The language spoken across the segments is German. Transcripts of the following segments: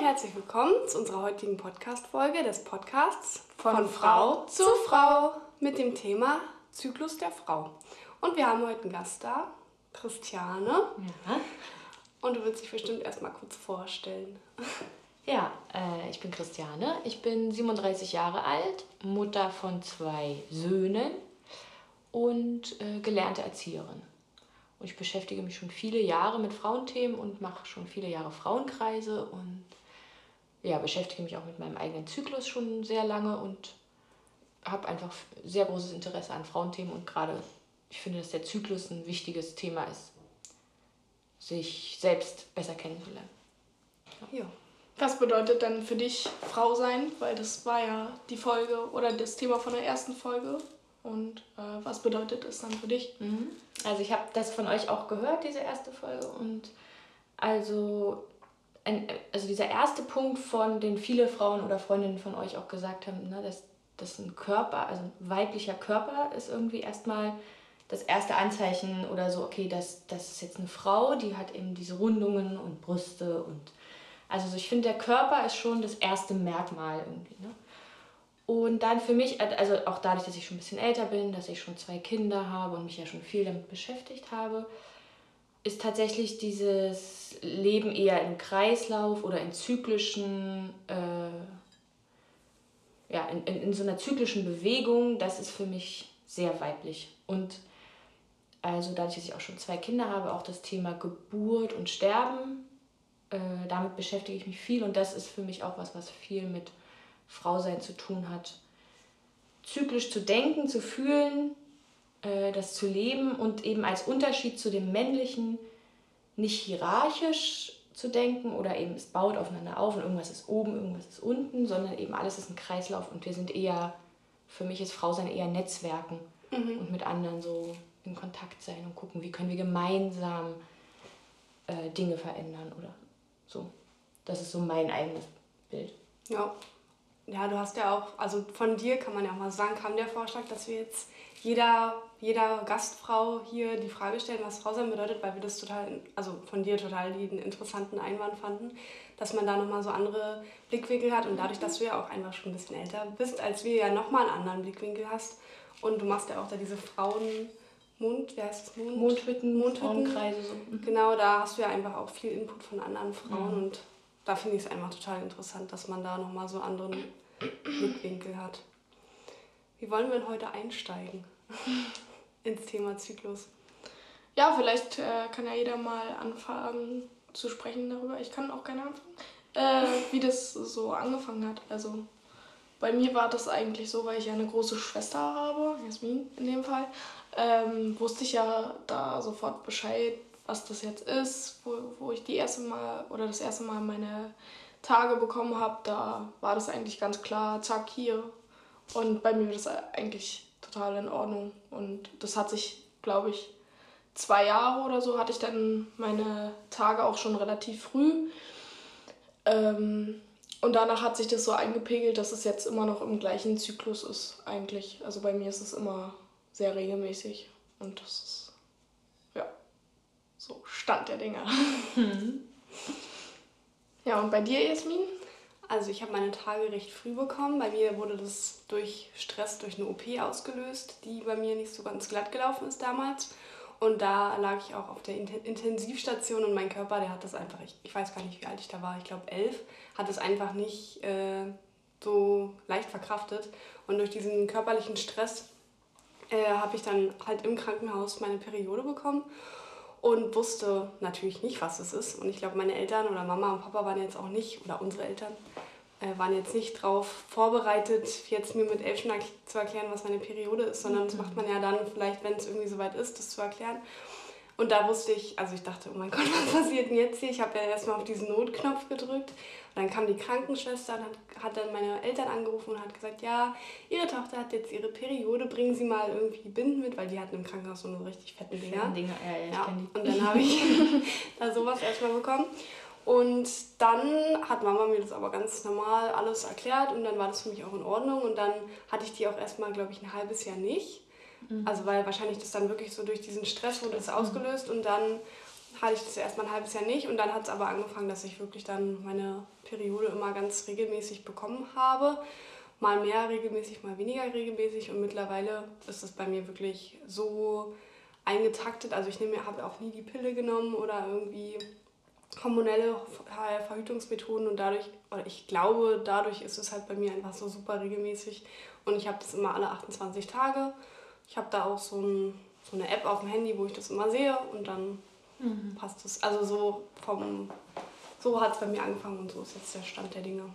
herzlich willkommen zu unserer heutigen Podcast-Folge des Podcasts von Frau zu Frau mit dem Thema Zyklus der Frau. Und wir haben heute einen Gast da, Christiane. Ja. Und du willst dich bestimmt erstmal kurz vorstellen. Ja, ich bin Christiane, ich bin 37 Jahre alt, Mutter von 2 Söhnen und gelernte Erzieherin. Und ich beschäftige mich schon viele Jahre mit Frauenthemen und mache schon viele Jahre Frauenkreise und ja, beschäftige mich auch mit meinem eigenen Zyklus schon sehr lange und habe einfach sehr großes Interesse an Frauenthemen und gerade, ich finde, dass der Zyklus ein wichtiges Thema ist, sich selbst besser kennenzulernen. Ja. Was bedeutet denn für dich Frau sein? Weil das war ja die Folge oder das Thema von der ersten Folge. Und was bedeutet es dann für dich? Also ich habe das von euch auch gehört, diese erste Folge. Und also dieser erste Punkt, von den viele Frauen oder Freundinnen von euch auch gesagt haben, ne, dass ein Körper, also ein weiblicher Körper ist irgendwie erstmal das erste Anzeichen oder so, okay, das ist jetzt eine Frau, die hat eben diese Rundungen und Brüste und also ich finde, der Körper ist schon das erste Merkmal irgendwie. Ne? Und dann für mich, also auch dadurch, dass ich schon ein bisschen älter bin, dass ich schon 2 Kinder habe und mich ja schon viel damit beschäftigt habe, ist tatsächlich dieses Leben eher im Kreislauf oder in zyklischen, in so einer zyklischen Bewegung, das ist für mich sehr weiblich. Und also dadurch, dass ich auch schon 2 Kinder habe, auch das Thema Geburt und Sterben, damit beschäftige ich mich viel und das ist für mich auch was viel mit Frausein zu tun hat. Zyklisch zu denken, zu fühlen, das zu leben und eben als Unterschied zu dem Männlichen nicht hierarchisch zu denken oder eben es baut aufeinander auf und irgendwas ist oben, irgendwas ist unten, sondern eben alles ist ein Kreislauf und wir sind eher, für mich ist Frausein eher Netzwerken und mit anderen so in Kontakt sein und gucken, wie können wir gemeinsam Dinge verändern oder so. Das ist so mein eigenes Bild. Ja. Ja, du hast ja auch, also von dir kann man ja auch mal sagen, kam der Vorschlag, dass wir jetzt jeder Gastfrau hier die Frage stellen, was Frau sein bedeutet, weil wir das von dir total den interessanten Einwand fanden, dass man da nochmal so andere Blickwinkel hat und dadurch, dass du ja auch einfach schon ein bisschen älter bist, als wir ja nochmal einen anderen Blickwinkel hast und du machst ja auch da diese Mondhütten, Frauenkreise. So. Genau, da hast du ja einfach auch viel Input von anderen Frauen und da finde ich es einfach total interessant, dass man da nochmal so anderen Blickwinkel hat. Wie wollen wir denn heute einsteigen ins Thema Zyklus? Ja, vielleicht kann ja jeder mal anfangen zu sprechen darüber. Ich kann auch gerne anfangen, wie das so angefangen hat. Also bei mir war das eigentlich so, weil ich ja eine große Schwester habe, Jasmin in dem Fall, wusste ich ja da sofort Bescheid, was das jetzt ist, wo ich das erste Mal meine Tage bekommen habe, da war das eigentlich ganz klar, zack, hier. Und bei mir war das eigentlich total in Ordnung. Und das hat sich, glaube ich, 2 Jahre oder so hatte ich dann meine Tage auch schon relativ früh. Und danach hat sich das so eingepegelt, dass es jetzt immer noch im gleichen Zyklus ist eigentlich. Also bei mir ist es immer sehr regelmäßig und das ist, ja, so Stand der Dinge. Ja, und bei dir, Jasmin? Also ich habe meine Tage recht früh bekommen. Bei mir wurde das durch Stress, durch eine OP ausgelöst, die bei mir nicht so ganz glatt gelaufen ist damals. Und da lag ich auch auf der Intensivstation und mein Körper, der hat das einfach, ich weiß gar nicht, wie alt ich da war, ich glaube 11, hat es einfach nicht so leicht verkraftet. Und durch diesen körperlichen Stress habe ich dann halt im Krankenhaus meine Periode bekommen. Und wusste natürlich nicht, was es ist. Und ich glaube, meine Eltern oder Mama und Papa waren jetzt auch nicht, oder unsere Eltern, waren jetzt nicht darauf vorbereitet, jetzt mir mit 11 schon zu erklären, was meine Periode ist, sondern das macht man ja dann vielleicht, wenn es irgendwie soweit ist, das zu erklären. Und da wusste ich, also ich dachte, oh mein Gott, was passiert denn jetzt hier? Ich habe ja erstmal auf diesen Notknopf gedrückt. Und dann kam die Krankenschwester und hat dann meine Eltern angerufen und hat gesagt, ja, ihre Tochter hat jetzt ihre Periode, bringen Sie mal irgendwie Binden mit, weil die hatten im Krankenhaus so eine richtig fetten Dinger. Ja, und dann habe ich da sowas erstmal bekommen. Und dann hat Mama mir das aber ganz normal alles erklärt und dann war das für mich auch in Ordnung. Und dann hatte ich die auch erstmal, glaube ich, ein halbes Jahr nicht. Also weil wahrscheinlich das dann wirklich so durch diesen Stress wurde das ausgelöst und dann hatte ich das erstmal ein halbes Jahr nicht und dann hat es aber angefangen, dass ich wirklich dann meine Periode immer ganz regelmäßig bekommen habe. Mal mehr regelmäßig, mal weniger regelmäßig und mittlerweile ist es bei mir wirklich so eingetaktet. Also ich habe auch nie die Pille genommen oder irgendwie hormonelle Verhütungsmethoden und ich glaube, dadurch ist es halt bei mir einfach so super regelmäßig und ich habe das immer alle 28 Tage. Ich habe da auch so eine App auf dem Handy, wo ich das immer sehe und dann passt es. Also so hat es bei mir angefangen und so ist jetzt der Stand der Dinge.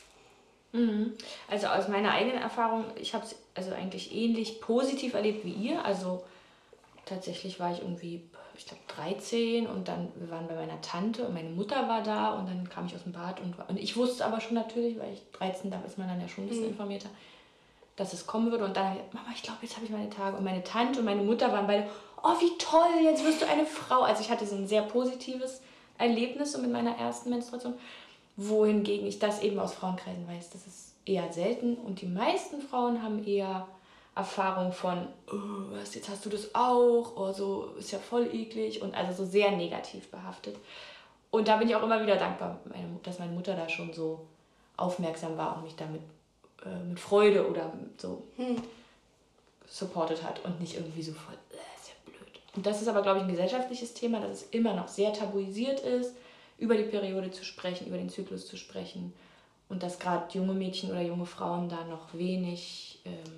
Also aus meiner eigenen Erfahrung, ich habe es also eigentlich ähnlich positiv erlebt wie ihr. Also tatsächlich war ich irgendwie, ich glaube 13 und dann, wir waren bei meiner Tante und meine Mutter war da und dann kam ich aus dem Bad und ich wusste aber schon natürlich, weil ich 13, da ist man dann ja schon ein bisschen informierter, dass es kommen würde und dann, Mama, ich glaube, jetzt habe ich meine Tage und meine Tante und meine Mutter waren beide, oh wie toll, jetzt wirst du eine Frau. Also ich hatte so ein sehr positives Erlebnis so mit meiner ersten Menstruation, wohingegen ich das eben aus Frauenkreisen weiß, das ist eher selten und die meisten Frauen haben eher Erfahrung von, oh, jetzt hast du das auch, oh, so ist ja voll eklig und also so sehr negativ behaftet. Und da bin ich auch immer wieder dankbar, dass meine Mutter da schon so aufmerksam war und mich damit mit Freude oder so supportet hat und nicht irgendwie so voll, ist ja blöd. Und das ist aber, glaube ich, ein gesellschaftliches Thema, dass es immer noch sehr tabuisiert ist, über die Periode zu sprechen, über den Zyklus zu sprechen und dass gerade junge Mädchen oder junge Frauen da noch wenig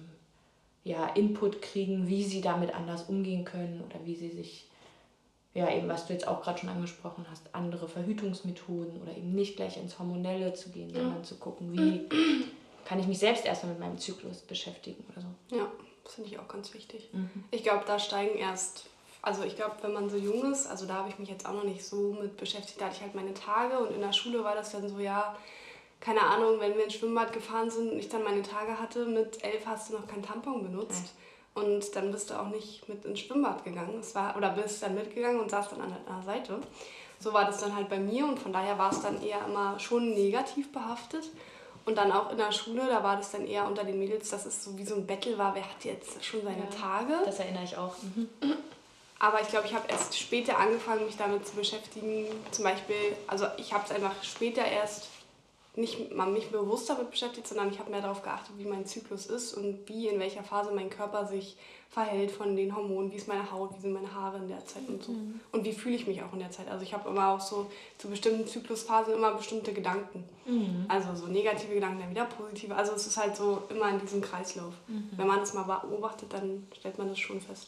Input kriegen, wie sie damit anders umgehen können oder wie sie sich, ja eben, was du jetzt auch gerade schon angesprochen hast, andere Verhütungsmethoden oder eben nicht gleich ins Hormonelle zu gehen, sondern zu gucken, wie kann ich mich selbst erstmal mit meinem Zyklus beschäftigen oder so. Ja, das finde ich auch ganz wichtig. Ich glaube, da steigen also ich glaube, wenn man so jung ist, also da habe ich mich jetzt auch noch nicht so mit beschäftigt, da hatte ich halt meine Tage und in der Schule war das dann so, ja, keine Ahnung, wenn wir ins Schwimmbad gefahren sind und ich dann meine Tage hatte, mit 11 hast du noch keinen Tampon benutzt. Und dann bist du auch nicht mit ins Schwimmbad gegangen. Oder bist dann mitgegangen und saß dann an der Seite. So war das dann halt bei mir und von daher war es dann eher immer schon negativ behaftet. Und dann auch in der Schule, da war das dann eher unter den Mädels, dass es so wie so ein Battle war, wer hat jetzt schon seine Tage. Das erinnere ich auch. Aber ich glaube, ich habe erst später angefangen, mich damit zu beschäftigen. Zum Beispiel, also ich habe es einfach später erst nicht mal mich bewusst damit beschäftigt, sondern ich habe mehr darauf geachtet, wie mein Zyklus ist und in welcher Phase mein Körper sich verhält von den Hormonen, wie ist meine Haut, wie sind meine Haare in der Zeit und so. Und wie fühle ich mich auch in der Zeit. Also ich habe immer auch so zu bestimmten Zyklusphasen immer bestimmte Gedanken. Also so negative Gedanken, dann wieder positive. Also es ist halt so immer in diesem Kreislauf. Wenn man das mal beobachtet, dann stellt man das schon fest.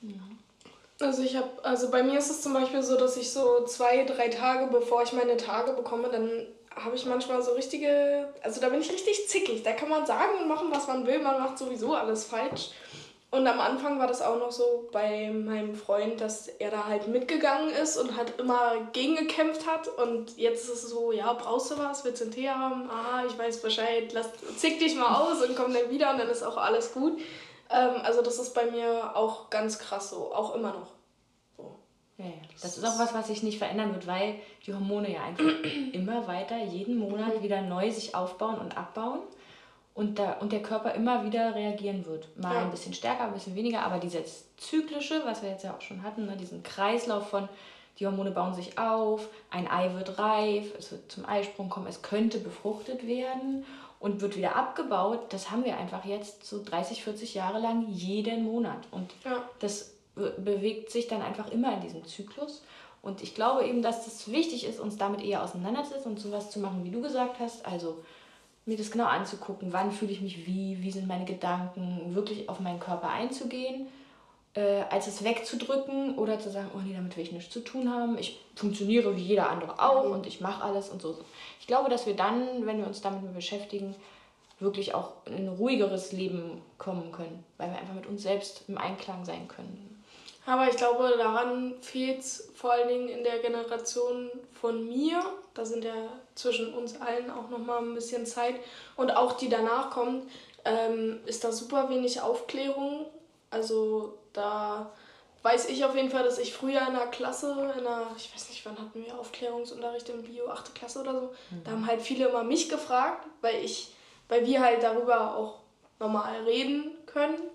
Ja. Also bei mir ist es zum Beispiel so, dass ich so 2-3 Tage, bevor ich meine Tage bekomme, dann habe ich manchmal so also da bin ich richtig zickig. Da kann man sagen und machen, was man will, man macht sowieso alles falsch. Und am Anfang war das auch noch so bei meinem Freund, dass er da halt mitgegangen ist und halt immer gegengekämpft hat. Und jetzt ist es so, ja, brauchst du was? Willst du einen Tee haben? Ah, ich weiß Bescheid, zick dich mal aus und komm dann wieder und dann ist auch alles gut. Also das ist bei mir auch ganz krass so, auch immer noch. Ja. Das ist auch was sich nicht verändern wird, weil die Hormone ja einfach immer weiter, jeden Monat wieder neu sich aufbauen und abbauen und der Körper immer wieder reagieren wird. Mal ein bisschen stärker, ein bisschen weniger, aber dieses Zyklische, was wir jetzt ja auch schon hatten, ne, diesen Kreislauf von, die Hormone bauen sich auf, ein Ei wird reif, es wird zum Eisprung kommen, es könnte befruchtet werden und wird wieder abgebaut, das haben wir einfach jetzt so 30, 40 Jahre lang jeden Monat. Und das bewegt sich dann einfach immer in diesem Zyklus. Und ich glaube eben, dass es wichtig ist, uns damit eher auseinanderzusetzen und sowas zu machen, wie du gesagt hast. Also mir das genau anzugucken, wann fühle ich mich wie sind meine Gedanken, wirklich auf meinen Körper einzugehen, als es wegzudrücken oder zu sagen, oh nee, damit will ich nichts zu tun haben. Ich funktioniere wie jeder andere auch und ich mache alles und so. Ich glaube, dass wir dann, wenn wir uns damit beschäftigen, wirklich auch in ein ruhigeres Leben kommen können, weil wir einfach mit uns selbst im Einklang sein können. Aber ich glaube, daran fehlt es vor allen Dingen in der Generation von mir. Da sind ja zwischen uns allen auch nochmal ein bisschen Zeit. Und auch die danach kommt, ist da super wenig Aufklärung. Also da weiß ich auf jeden Fall, dass ich früher in der Klasse, ich weiß nicht, wann hatten wir Aufklärungsunterricht im Bio, 8. Klasse oder so, da haben halt viele immer mich gefragt, weil wir halt darüber auch normal reden können.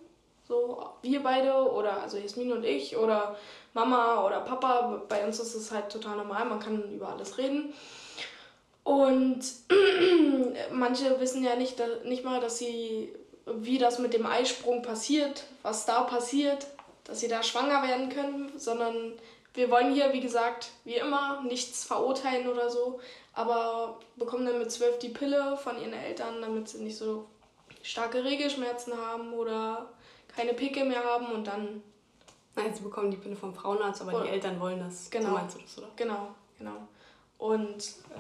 So, wir beide oder also Jasmin und ich oder Mama oder Papa. Bei uns ist es halt total normal, man kann über alles reden. Und manche wissen ja nicht mal, wie das mit dem Eisprung passiert, was da passiert, dass sie da schwanger werden können, sondern wir wollen hier, wie gesagt, wie immer, nichts verurteilen oder so, aber bekommen dann mit 12 die Pille von ihren Eltern, damit sie nicht so starke Regelschmerzen haben oder keine Pickel mehr haben und dann... Nein, sie bekommen die Pille vom Frauenarzt, aber die Eltern wollen das. Genau. So meinst du das, oder? Genau. Und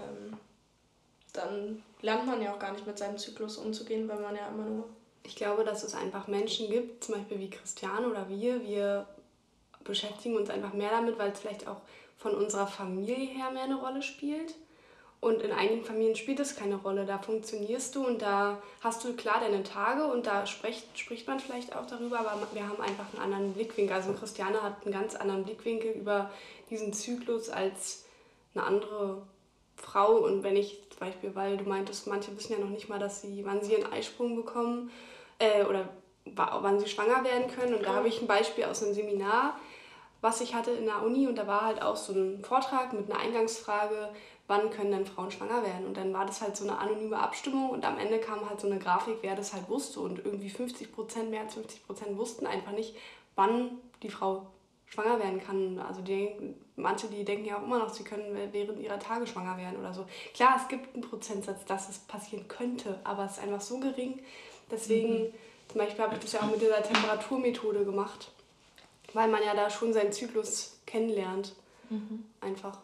dann lernt man ja auch gar nicht mit seinem Zyklus umzugehen, weil man ja immer nur... Ich glaube, dass es einfach Menschen gibt, zum Beispiel wie Christiane oder wir beschäftigen uns einfach mehr damit, weil es vielleicht auch von unserer Familie her mehr eine Rolle spielt. Und in einigen Familien spielt es keine Rolle. Da funktionierst du und da hast du klar deine Tage und da spricht man vielleicht auch darüber, aber wir haben einfach einen anderen Blickwinkel. Also Christiane hat einen ganz anderen Blickwinkel über diesen Zyklus als eine andere Frau. Und wenn ich zum Beispiel, weil du meintest, manche wissen ja noch nicht mal, wann sie einen Eisprung bekommen oder wann sie schwanger werden können. Und da habe ich ein Beispiel aus einem Seminar, was ich hatte in der Uni, und da war halt auch so ein Vortrag mit einer Eingangsfrage, wann können denn Frauen schwanger werden? Und dann war das halt so eine anonyme Abstimmung und am Ende kam halt so eine Grafik, wer das halt wusste. Und irgendwie 50%, mehr als 50% wussten einfach nicht, wann die Frau schwanger werden kann. Also manche, die denken ja auch immer noch, sie können während ihrer Tage schwanger werden oder so. Klar, es gibt einen Prozentsatz, dass es passieren könnte, aber es ist einfach so gering. Deswegen, zum Beispiel habe ich das ja auch mit dieser Temperaturmethode gemacht, weil man ja da schon seinen Zyklus kennenlernt. Einfach.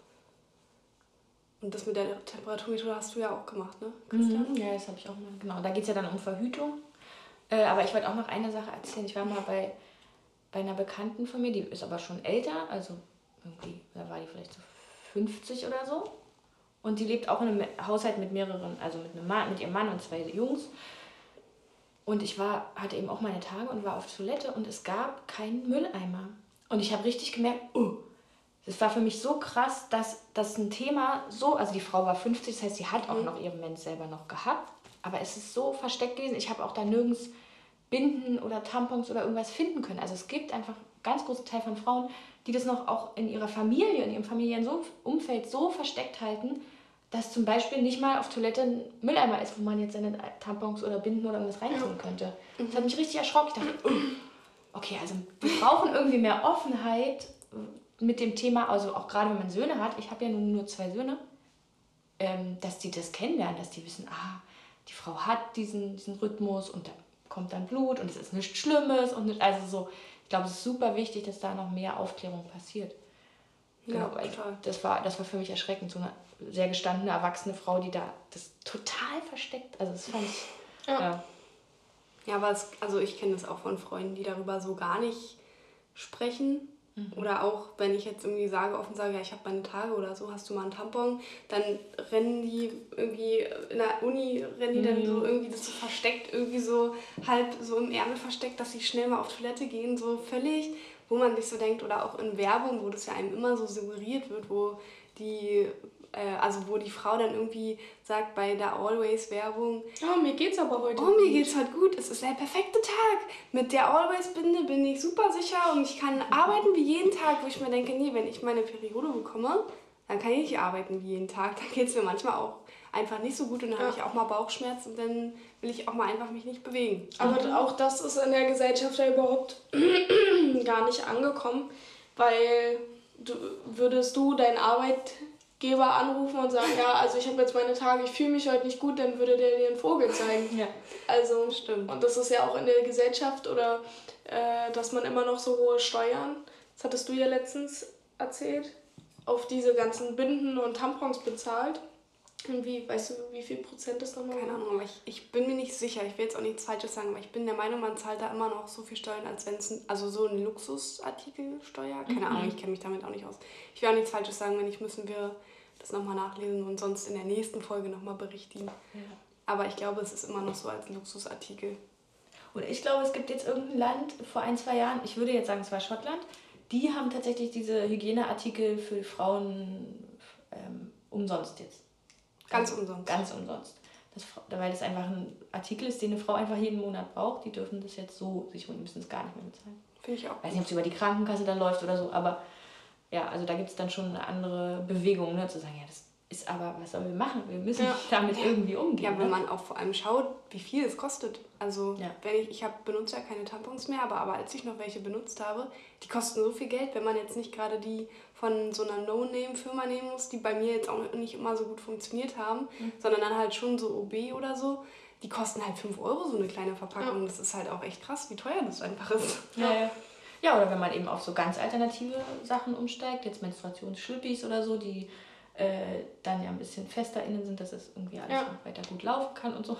Und das mit der Temperaturmethode hast du ja auch gemacht, ne, Christian? Ja, das habe ich auch mal. Genau, da geht es ja dann um Verhütung. Aber ich wollte auch noch eine Sache erzählen. Ich war mal bei einer Bekannten von mir, die ist aber schon älter, also irgendwie, da war die vielleicht so 50 oder so. Und die lebt auch in einem Haushalt mit mehreren, also mit ihrem Mann und 2 Jungs. Und ich hatte eben auch meine Tage und war auf Toilette und es gab keinen Mülleimer. Und ich habe richtig gemerkt, das war für mich so krass, dass das ein Thema also die Frau war 50, das heißt, sie hat auch noch ihren Mensch selber noch gehabt. Aber es ist so versteckt gewesen, ich habe auch da nirgends Binden oder Tampons oder irgendwas finden können. Also es gibt einfach einen ganz großen Teil von Frauen, die das noch auch in ihrer Familie, in ihrem familiären Umfeld so versteckt halten, dass zum Beispiel nicht mal auf Toilette ein Mülleimer ist, wo man jetzt seine Tampons oder Binden oder irgendwas reintun könnte. Das hat mich richtig erschrocken. Ich dachte, okay, also wir brauchen irgendwie mehr Offenheit mit dem Thema, also auch gerade wenn man Söhne hat, ich habe ja nur 2 Söhne, dass die das kennenlernen, dass die wissen, die Frau hat diesen Rhythmus und da kommt dann Blut und es ist nichts Schlimmes und nicht, also so, ich glaube, es ist super wichtig, dass da noch mehr Aufklärung passiert. Ja, genau, total. Das war für mich erschreckend, so eine sehr gestandene, erwachsene Frau, die da das total versteckt, also das fand ich, ja. Ja, aber ich kenne das auch von Freunden, die darüber so gar nicht sprechen. Oder auch, wenn ich jetzt irgendwie offen sage, ja, ich habe meine Tage oder so, hast du mal einen Tampon, dann rennen die irgendwie in der Uni, dann so irgendwie das so versteckt, irgendwie so halb so im Ärmel versteckt, dass sie schnell mal auf Toilette gehen, so völlig, wo man sich so denkt, oder auch in Werbung, wo das ja einem immer so suggeriert wird, wo die Frau dann irgendwie sagt bei der Always-Werbung, mir geht's aber heute gut. Mir geht's heute gut, es ist der perfekte Tag. Mit der Always-Binde bin ich super sicher und ich kann arbeiten wie jeden Tag, wo ich mir denke, nee, wenn ich meine Periode bekomme, dann kann ich nicht arbeiten wie jeden Tag. Dann geht's mir manchmal auch einfach nicht so gut und dann habe ich auch mal Bauchschmerzen und dann will ich auch mal einfach mich nicht bewegen. Aber auch das ist in der Gesellschaft ja überhaupt gar nicht angekommen, weil würdest du deinen Arbeitgeber anrufen und sagen, ja, also ich habe jetzt meine Tage, ich fühle mich heute nicht gut, dann würde der dir einen Vogel zeigen. Ja. Also, stimmt. Und das ist ja auch in der Gesellschaft oder dass man immer noch so hohe Steuern, das hattest du ja letztens erzählt, auf diese ganzen Binden und Tampons bezahlt. Irgendwie, weißt du, wie viel Prozent das nochmal war? Keine Ahnung, aber ich bin mir nicht sicher. Ich will jetzt auch nichts Falsches sagen, aber ich bin der Meinung, man zahlt da immer noch so viel Steuern, als wenn es so ein Luxusartikelsteuer. Keine Ahnung, ich kenne mich damit auch nicht aus. Ich will auch nichts Falsches sagen, wenn nicht, müssen wir das nochmal nachlesen und sonst in der nächsten Folge nochmal berichtigen. Ja. Aber ich glaube, es ist immer noch so als Luxusartikel. Und ich glaube, es gibt jetzt irgendein Land vor 1-2 Jahren, ich würde jetzt sagen, es war Schottland, die haben tatsächlich diese Hygieneartikel für Frauen umsonst jetzt. Ganz umsonst. Ganz umsonst. weil das einfach ein Artikel ist, den eine Frau einfach jeden Monat braucht. Die dürfen das jetzt so sich holen, die müssen es gar nicht mehr bezahlen. Finde ich auch. Ich weiß nicht, ob es über die Krankenkasse dann läuft oder so, aber ja, also da gibt es dann schon eine andere Bewegung, ne, zu sagen, ja, das ist aber, was sollen wir machen? Wir müssen damit irgendwie umgehen. Ja, wenn man auch vor allem schaut, wie viel es kostet. Also ich benutze ja keine Tampons mehr, aber als ich noch welche benutzt habe, die kosten so viel Geld, wenn man jetzt nicht gerade die von so einer No-Name-Firma nehmen muss, die bei mir jetzt auch nicht immer so gut funktioniert haben, sondern dann halt schon so OB oder so. Die kosten halt 5 Euro, so eine kleine Verpackung. Das ist halt auch echt krass, wie teuer das einfach ist. Ja, oder wenn man eben auf so ganz alternative Sachen umsteigt, jetzt Menstruationsschlüppis oder so, die dann ja ein bisschen fester innen sind, dass es irgendwie alles noch weiter gut laufen kann und so.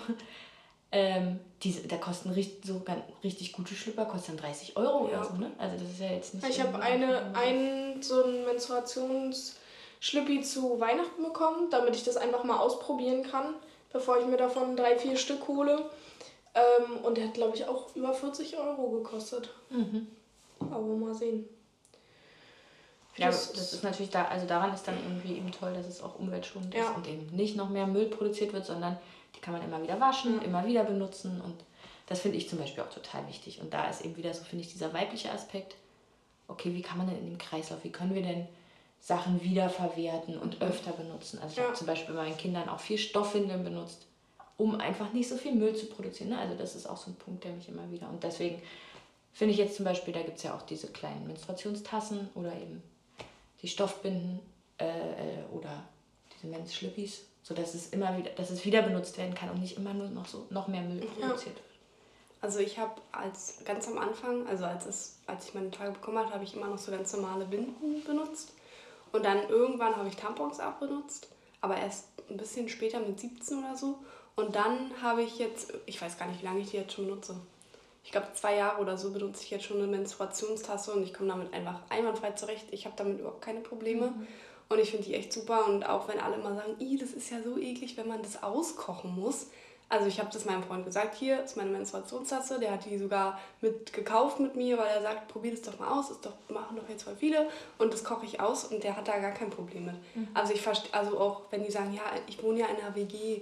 Da kosten richtig gute Schlüpper, kosten dann 30 Euro oder so, ne? Also das ist ja jetzt nicht... Ich habe so einen Menstruationsschlüppi zu Weihnachten bekommen, damit ich das einfach mal ausprobieren kann, bevor ich mir davon 3-4 Stück hole. Und der hat, glaube ich, auch über 40 Euro gekostet. Aber mal sehen. Ja, das ist natürlich daran ist dann irgendwie eben toll, dass es auch umweltschonend ist und eben nicht noch mehr Müll produziert wird, sondern die kann man immer wieder waschen, immer wieder benutzen und das finde ich zum Beispiel auch total wichtig. Und da ist eben wieder so, finde ich, dieser weibliche Aspekt, okay, wie kann man denn in dem Kreislauf, wie können wir denn Sachen wiederverwerten und öfter benutzen? Also ich habe zum Beispiel bei meinen Kindern auch viel Stoffwindeln benutzt, um einfach nicht so viel Müll zu produzieren. Ne? Also das ist auch so ein Punkt, der mich immer wieder... Und deswegen finde ich jetzt zum Beispiel, da gibt es ja auch diese kleinen Menstruationstassen oder eben die Stoffbinden oder diese Mensschlüppis, sodass es wieder benutzt werden kann und nicht immer nur noch mehr Müll produziert wird. Also ich habe ganz am Anfang, also als ich meine Tage bekommen habe ich immer noch so ganz normale Binden benutzt. Und dann irgendwann habe ich Tampons auch benutzt, aber erst ein bisschen später mit 17 oder so. Und dann habe ich jetzt, ich weiß gar nicht, wie lange ich die jetzt schon benutze. Ich glaube 2 Jahre oder so benutze ich jetzt schon eine Menstruationstasse und ich komme damit einfach einwandfrei zurecht. Ich habe damit überhaupt keine Probleme und ich finde die echt super. Und auch wenn alle immer sagen, das ist ja so eklig, wenn man das auskochen muss. Also ich habe das meinem Freund gesagt, hier ist meine Menstruationstasse, der hat die sogar gekauft mit mir, weil er sagt, probier das doch mal aus, machen doch jetzt voll viele und das koche ich aus und der hat da gar kein Problem mit. Also auch wenn die sagen, ja, ich wohne ja in einer WG,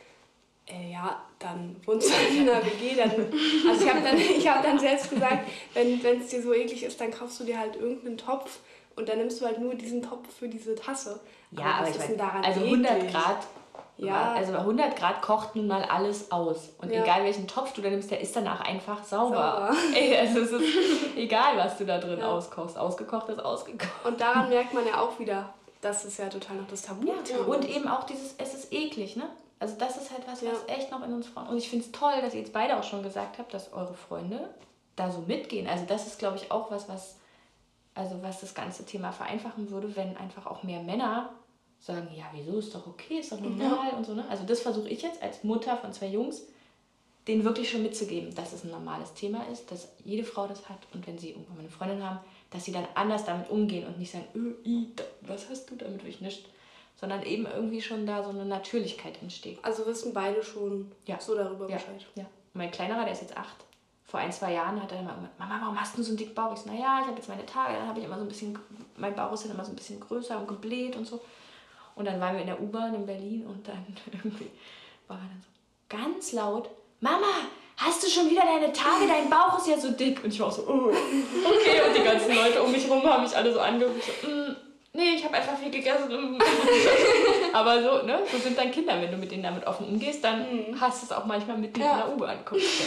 dann wohnst du halt in einer WG, also ich hab dann selbst gesagt, wenn es dir so eklig ist, dann kaufst du dir halt irgendeinen Topf und dann nimmst du halt nur diesen Topf für diese Tasse. Aber ich meine, also 100 Grad, also bei 100 Grad kocht nun mal alles aus und egal welchen Topf du da nimmst, der ist danach einfach sauber. Also es ist egal, was du da drin auskochst, ausgekocht ist ausgekocht. Und daran merkt man ja auch wieder, dass es ja total noch das Tabu ist. Und eben auch es ist eklig, ne? Also das ist halt was echt noch in uns Frauen... Und ich finde es toll, dass ihr jetzt beide auch schon gesagt habt, dass eure Freunde da so mitgehen. Also das ist, glaube ich, auch was das ganze Thema vereinfachen würde, wenn einfach auch mehr Männer sagen, ja, wieso, ist doch okay, ist doch normal und so. Ne? Also das versuche ich jetzt als Mutter von 2 Jungs, denen wirklich schon mitzugeben, dass es ein normales Thema ist, dass jede Frau das hat. Und wenn sie irgendwann mal eine Freundin haben, dass sie dann anders damit umgehen und nicht sagen, was hast du damit, will ich nicht... sondern eben irgendwie schon da so eine Natürlichkeit entsteht. Also wissen beide schon so darüber Bescheid. Ja. Mein Kleinerer, der ist jetzt 8. Vor 1-2 Jahren hat er immer gesagt, Mama, warum hast du so einen dicken Bauch? Ich so, naja, ich habe jetzt meine Tage, dann habe ich immer so ein bisschen, mein Bauch ist dann immer so ein bisschen größer und gebläht und so. Und dann waren wir in der U-Bahn in Berlin und dann irgendwie war er dann so ganz laut, Mama, hast du schon wieder deine Tage? Dein Bauch ist ja so dick. Und ich war auch so, okay. Und die ganzen Leute um mich herum haben mich alle so angeguckt. So, nee, ich habe einfach viel gegessen. Aber so, ne, so sind dann Kinder. Wenn du mit denen damit offen umgehst, dann hast du es auch manchmal mit in der U-Bahn.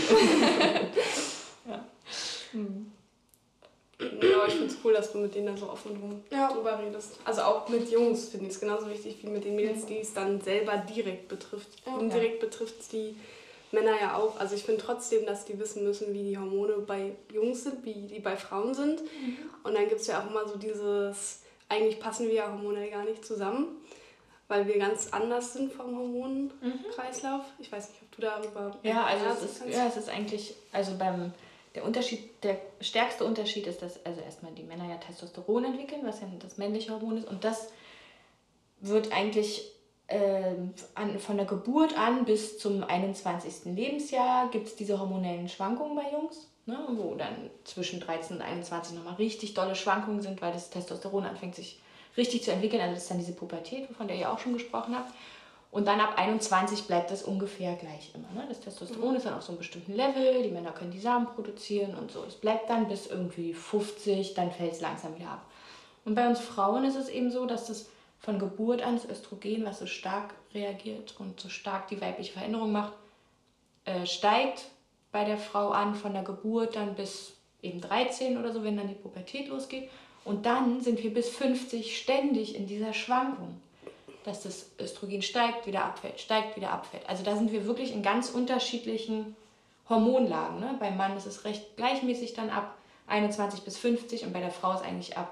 Ja, ich finde es cool, dass du mit denen da so offen drüber redest. Also auch mit Jungs finde ich es genauso wichtig wie mit den Mädels, die es dann selber direkt betrifft. Indirekt betrifft es die Männer ja auch. Also ich finde trotzdem, dass die wissen müssen, wie die Hormone bei Jungs sind, wie die bei Frauen sind. Und dann gibt es ja auch immer so dieses... Eigentlich passen wir ja hormonell gar nicht zusammen, weil wir ganz anders sind vom Hormonenkreislauf. Ich weiß nicht, ob du darüber... Ja, also es ist eigentlich, also der stärkste Unterschied ist, dass also erstmal die Männer ja Testosteron entwickeln, was ja das männliche Hormon ist. Und das wird eigentlich von der Geburt an bis zum 21. Lebensjahr gibt es diese hormonellen Schwankungen bei Jungs. Ne, wo dann zwischen 13 und 21 nochmal richtig dolle Schwankungen sind, weil das Testosteron anfängt sich richtig zu entwickeln. Also das ist dann diese Pubertät, wovon der ihr auch schon gesprochen habt. Und dann ab 21 bleibt das ungefähr gleich immer. Ne? Das Testosteron ist dann auf so einem bestimmten Level, die Männer können die Samen produzieren und so. Es bleibt dann bis irgendwie 50, dann fällt es langsam wieder ab. Und bei uns Frauen ist es eben so, dass das von Geburt an das Östrogen, was so stark reagiert und so stark die weibliche Veränderung macht, steigt bei der Frau an von der Geburt dann bis eben 13 oder so, wenn dann die Pubertät losgeht. Und dann sind wir bis 50 ständig in dieser Schwankung, dass das Östrogen steigt, wieder abfällt, steigt, wieder abfällt. Also da sind wir wirklich in ganz unterschiedlichen Hormonlagen. Ne? Beim Mann ist es recht gleichmäßig dann ab 21 bis 50 und bei der Frau ist eigentlich ab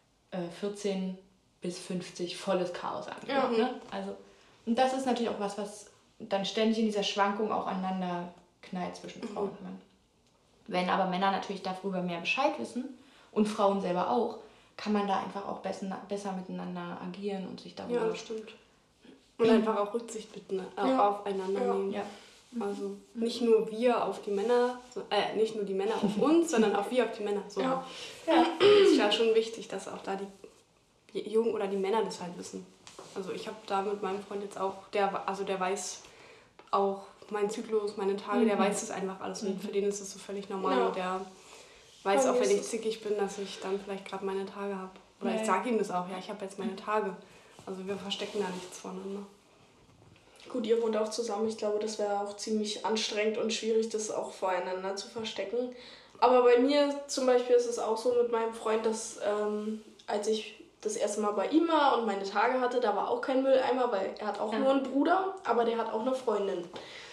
14 bis 50 volles Chaos angeht. Ne? Also, und das ist natürlich auch was dann ständig in dieser Schwankung auch aneinander knallt zwischen Frau und Mann. Wenn aber Männer natürlich darüber mehr Bescheid wissen und Frauen selber auch, kann man da einfach auch besser miteinander agieren und sich darüber... Ja, das stimmt. Und einfach auch Rücksicht aufeinander nehmen. Ja. Also nicht nur wir auf die Männer, nicht nur die Männer auf uns, sondern auch wir auf die Männer. So. Ja. Das ist ja schon wichtig, dass auch da die Jungen oder die Männer das halt wissen. Also ich habe da mit meinem Freund jetzt auch, der weiß auch meinen Zyklus, meine Tage, der weiß das einfach alles und für den ist es so völlig normal und der weiß auch, wenn ich zickig bin, dass ich dann vielleicht gerade meine Tage habe. Oder ich sage ihm das auch, ja, ich habe jetzt meine Tage. Also wir verstecken da nichts voneinander. Gut, ihr wohnt auch zusammen. Ich glaube, das wäre auch ziemlich anstrengend und schwierig, das auch voreinander zu verstecken. Aber bei mir zum Beispiel ist es auch so mit meinem Freund, dass als ich das erste Mal bei ihm war und meine Tage hatte, da war auch kein Mülleimer, weil er hat auch nur einen Bruder, aber der hat auch eine Freundin.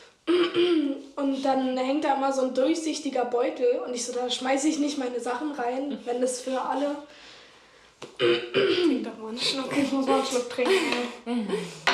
Und dann hängt da immer so ein durchsichtiger Beutel und ich so, da schmeiße ich nicht meine Sachen rein, wenn das für alle... Trink doch mal einen Schluck. Ich muss mal einen Schluck trinken.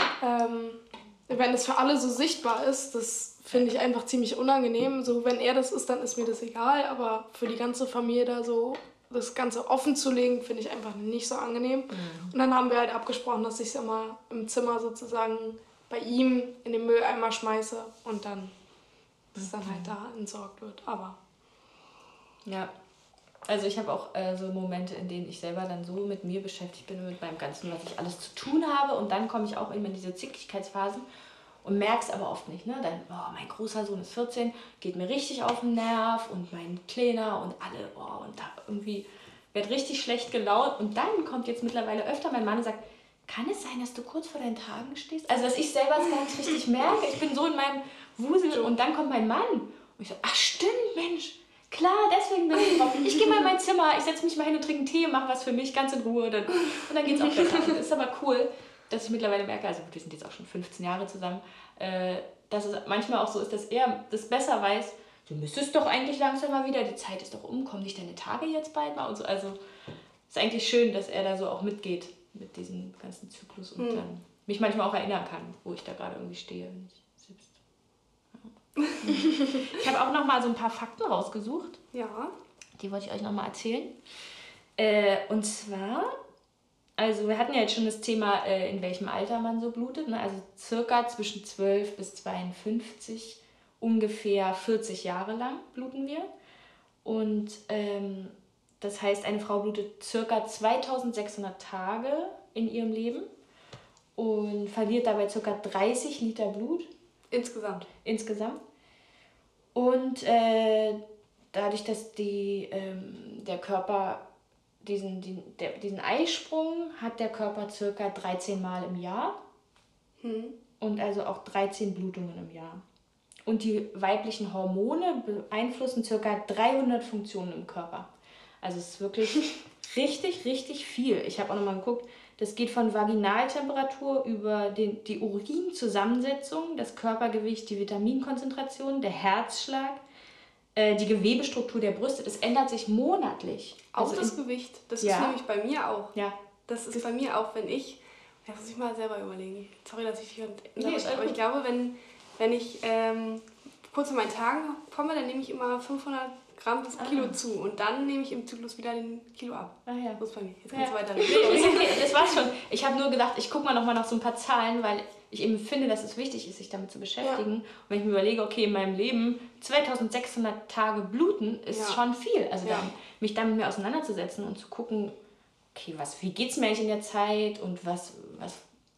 Wenn das für alle so sichtbar ist, das finde ich einfach ziemlich unangenehm. So, wenn er das ist, dann ist mir das egal, aber für die ganze Familie da so das Ganze offen zu legen, finde ich einfach nicht so angenehm. Und dann haben wir halt abgesprochen, dass ich es immer im Zimmer sozusagen bei ihm in den Mülleimer schmeiße und dann das dann halt da entsorgt wird. Aber ja, also ich habe auch so Momente, in denen ich selber dann so mit mir beschäftigt bin und mit meinem Ganzen, was ich alles zu tun habe und dann komme ich auch immer in diese Zickigkeitsphasen und merke es aber oft nicht. Ne? Dann, mein großer Sohn ist 14, geht mir richtig auf den Nerv und mein Kleiner und alle, und da irgendwie wird richtig schlecht gelaunt und dann kommt jetzt mittlerweile öfter mein Mann und sagt, kann es sein, dass du kurz vor deinen Tagen stehst? Also, dass ich selber es gar nicht richtig merke. Ich bin so in meinem Wusel und dann kommt mein Mann. Und ich so, ach stimmt, Mensch, klar, deswegen bin ich drauf. Ich gehe mal in mein Zimmer, ich setze mich mal hin und trinke einen Tee, mache was für mich, ganz in Ruhe. Und dann geht es auch besser. Das ist aber cool, dass ich mittlerweile merke, also wir sind jetzt auch schon 15 Jahre zusammen, dass es manchmal auch so ist, dass er das besser weiß, du müsstest doch eigentlich langsam mal wieder, die Zeit ist doch um, kommen nicht deine Tage jetzt bald mal und so. Also ist eigentlich schön, dass er da so auch mitgeht mit diesem ganzen Zyklus und dann mich manchmal auch erinnern kann, wo ich da gerade irgendwie stehe. Wenn ich sitze. Ja. Ich habe auch noch mal so ein paar Fakten rausgesucht. Ja. Die wollte ich euch noch mal erzählen. Und zwar, also wir hatten ja jetzt schon das Thema, in welchem Alter man so blutet. Ne? Also circa zwischen 12 bis 52, ungefähr 40 Jahre lang bluten wir. Und das heißt, eine Frau blutet ca. 2600 Tage in ihrem Leben und verliert dabei ca. 30 Liter Blut. Insgesamt. Und dadurch, dass der Körper diesen Eisprung hat der Körper ca. 13 Mal im Jahr und also auch 13 Blutungen im Jahr. Und die weiblichen Hormone beeinflussen ca. 300 Funktionen im Körper. Also es ist wirklich richtig, richtig viel. Ich habe auch nochmal geguckt, das geht von Vaginaltemperatur über die Urinzusammensetzung, das Körpergewicht, die Vitaminkonzentration, der Herzschlag, die Gewebestruktur der Brüste. Das ändert sich monatlich. Auch also das Gewicht, das ist nämlich bei mir auch. Ja. Das ist bei mir auch, wenn ich, das muss ich mal selber überlegen. Sorry, dass ich dich aber ich glaube, wenn ich kurz vor meinen Tagen komme, dann nehme ich immer 500 Gramm das Kilo zu und dann nehme ich im Zyklus wieder den Kilo ab. Ja. So ist bei mir. Jetzt kannst du weiter. Okay, das war's schon. Ich habe nur gedacht, ich gucke mal nochmal nach so ein paar Zahlen, weil ich eben finde, dass es wichtig ist, sich damit zu beschäftigen. Ja. Und wenn ich mir überlege, okay, in meinem Leben 2600 Tage bluten ist schon viel. Also mich damit mehr auseinanderzusetzen und zu gucken, okay, wie geht's mir eigentlich in der Zeit und was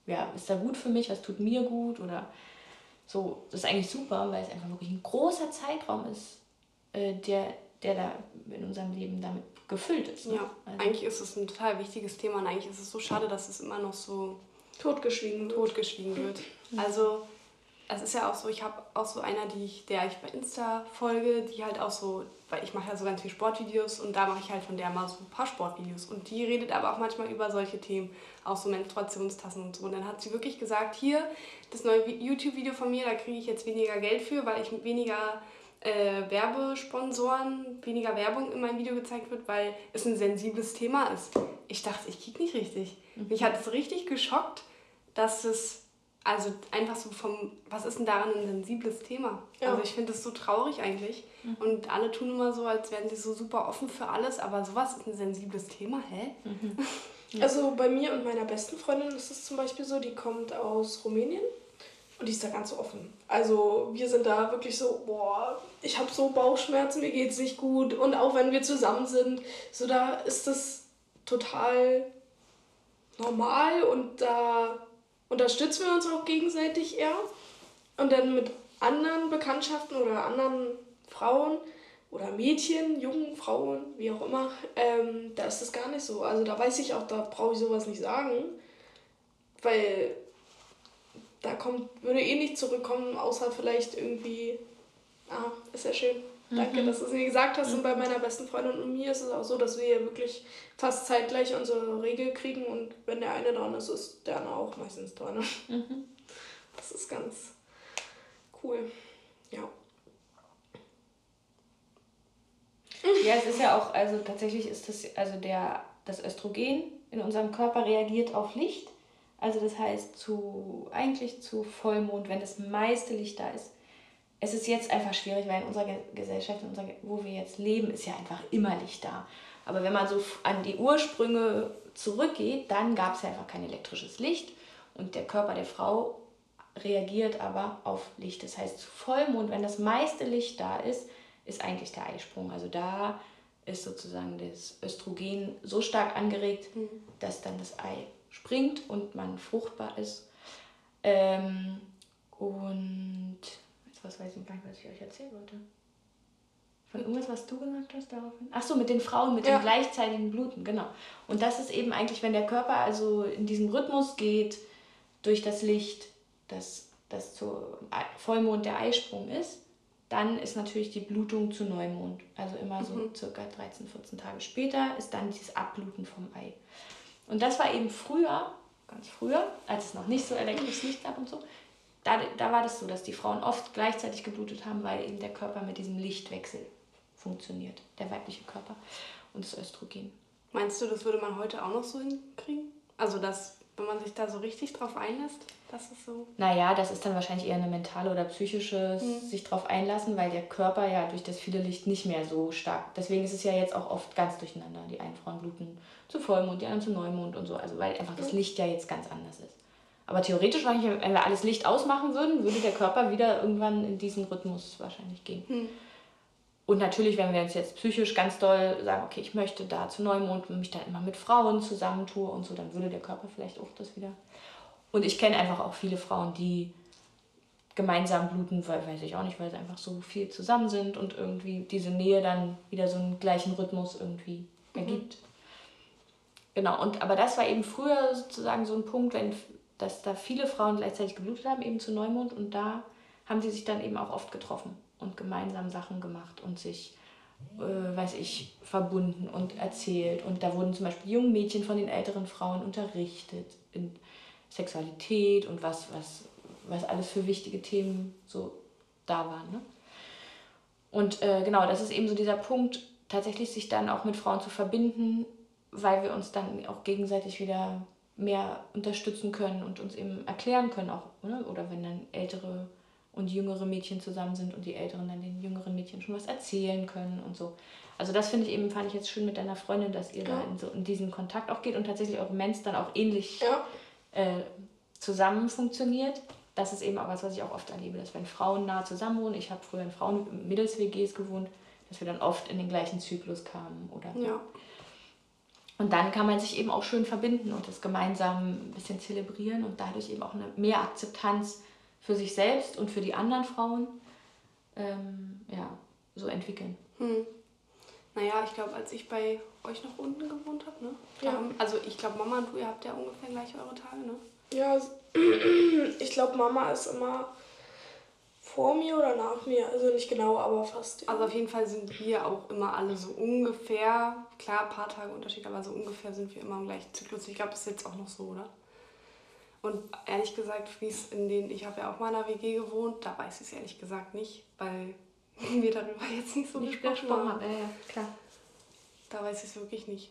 ja, ist da gut für mich, was tut mir gut oder so. Das ist eigentlich super, weil es einfach wirklich ein großer Zeitraum ist, der da in unserem Leben damit gefüllt ist. Ne? Ja, also eigentlich ist es ein total wichtiges Thema und eigentlich ist es so schade, dass es immer noch so totgeschwiegen wird. Also es ist ja auch so, ich habe auch so einer, der ich bei Insta folge, die halt auch so, weil ich mache ja so ganz viele Sportvideos und da mache ich halt von der mal so ein paar Sportvideos und die redet aber auch manchmal über solche Themen, auch so Menstruationstassen und so. Und dann hat sie wirklich gesagt, hier, das neue YouTube-Video von mir, da kriege ich jetzt weniger Geld für, weil ich weniger Werbesponsoren, weniger Werbung in meinem Video gezeigt wird, weil es ein sensibles Thema ist. Ich dachte, ich kiek nicht richtig. Mich hat es richtig geschockt, dass es, also einfach so was ist denn daran ein sensibles Thema? Ja. Also ich finde das so traurig eigentlich. Und alle tun immer so, als wären sie so super offen für alles, aber sowas ist ein sensibles Thema, hä? Also bei mir und meiner besten Freundin ist es zum Beispiel so, die kommt aus Rumänien. Und die ist da ganz offen. Also wir sind da wirklich so, boah, ich habe so Bauchschmerzen, mir geht's nicht gut. Und auch wenn wir zusammen sind, so da ist das total normal und da unterstützen wir uns auch gegenseitig eher. Und dann mit anderen Bekanntschaften oder anderen Frauen oder Mädchen, jungen Frauen, wie auch immer, da ist das gar nicht so. Also da weiß ich auch, da brauche ich sowas nicht sagen, weil würde nicht zurückkommen, außer vielleicht irgendwie, ist ja schön. Danke, dass du es mir gesagt hast. Und bei meiner besten Freundin und mir ist es auch so, dass wir wirklich fast zeitgleich unsere Regel kriegen und wenn der eine dran ist, ist der andere auch meistens dran. Das ist ganz cool. Ja. Ja, es ist ja auch, also tatsächlich ist das, also das Östrogen in unserem Körper reagiert auf Licht. Also das heißt, eigentlich zu Vollmond, wenn das meiste Licht da ist. Es ist jetzt einfach schwierig, weil in unserer Gesellschaft, wo wir jetzt leben, ist ja einfach immer Licht da. Aber wenn man so an die Ursprünge zurückgeht, dann gab es ja einfach kein elektrisches Licht. Und der Körper der Frau reagiert aber auf Licht. Das heißt, zu Vollmond, wenn das meiste Licht da ist eigentlich der Eisprung. Also da ist sozusagen das Östrogen so stark angeregt, dass dann das Ei springt und man fruchtbar ist. Und jetzt was weiß ich gar nicht, was ich euch erzählen wollte. Von irgendwas, was du gesagt hast daraufhin? Ach so, mit den Frauen, mit dem gleichzeitigen Bluten, genau. Und das ist eben eigentlich, wenn der Körper also in diesem Rhythmus geht, durch das Licht, das zu Vollmond der Eisprung ist, dann ist natürlich die Blutung zu Neumond. Also immer so circa 13, 14 Tage später ist dann dieses Abbluten vom Ei. Und das war eben früher, ganz früher, als es noch nicht so elektrisches Licht gab und so, da war das so, dass die Frauen oft gleichzeitig geblutet haben, weil eben der Körper mit diesem Lichtwechsel funktioniert, der weibliche Körper und das Östrogen. Meinst du, das würde man heute auch noch so hinkriegen? Also, wenn man sich da so richtig drauf einlässt, das ist so... Naja, das ist dann wahrscheinlich eher eine mentale oder psychische sich drauf einlassen, weil der Körper ja durch das viele Licht nicht mehr so stark... Deswegen ist es ja jetzt auch oft ganz durcheinander. Die einen Frauen bluten zu Vollmond, die anderen zu Neumond und so. Also weil einfach das Licht ja jetzt ganz anders ist. Aber theoretisch, wenn wir alles Licht ausmachen würden, würde der Körper wieder irgendwann in diesen Rhythmus wahrscheinlich gehen. Und natürlich, wenn wir uns jetzt psychisch ganz doll sagen, okay, ich möchte da zu Neumond und mich dann immer mit Frauen zusammentue und so, dann würde der Körper vielleicht auch das wieder... Und ich kenne einfach auch viele Frauen, die gemeinsam bluten, weiß ich auch nicht, weil sie einfach so viel zusammen sind und irgendwie diese Nähe dann wieder so einen gleichen Rhythmus irgendwie ergibt. Genau, aber das war eben früher sozusagen so ein Punkt, dass da viele Frauen gleichzeitig geblutet haben, eben zu Neumond, und da haben sie sich dann eben auch oft getroffen und gemeinsam Sachen gemacht und sich, verbunden und erzählt. Und da wurden zum Beispiel junge Mädchen von den älteren Frauen unterrichtet in Sexualität und was alles für wichtige Themen so da waren. Ne? Und genau, das ist eben so dieser Punkt, tatsächlich sich dann auch mit Frauen zu verbinden, weil wir uns dann auch gegenseitig wieder mehr unterstützen können und uns eben erklären können auch, oder wenn dann ältere und jüngere Mädchen zusammen sind und die Älteren dann den jüngeren Mädchen schon was erzählen können und so. Also das fand ich jetzt schön mit deiner Freundin, dass ihr da in diesen Kontakt auch geht und tatsächlich eure Mens dann auch ähnlich zusammen funktioniert. Das ist eben auch was ich auch oft erlebe, dass wenn Frauen nah zusammen wohnen, ich habe früher in Mädels-WGs gewohnt, dass wir dann oft in den gleichen Zyklus kamen. Oder Und dann kann man sich eben auch schön verbinden und das gemeinsam ein bisschen zelebrieren und dadurch eben auch eine mehr Akzeptanz für sich selbst und für die anderen Frauen so entwickeln. Naja, ich glaube, als ich bei euch noch unten gewohnt habe, ne? Ja. Also ich glaube, Mama und du, ihr habt ja ungefähr gleich eure Tage, ne? Ja, ich glaube, Mama ist immer vor mir oder nach mir. Also nicht genau, aber fast. Ja. Also auf jeden Fall sind wir auch immer alle so ungefähr, klar, ein paar Tage Unterschied, aber so ungefähr sind wir immer im gleichen Zyklus. Ich glaube, das ist jetzt auch noch so, oder? Und ehrlich gesagt, ich habe ja auch mal in einer WG gewohnt, da weiß ich es ehrlich gesagt nicht, weil wir darüber jetzt nicht so gesprochen haben. Ja, klar. Da weiß ich es wirklich nicht.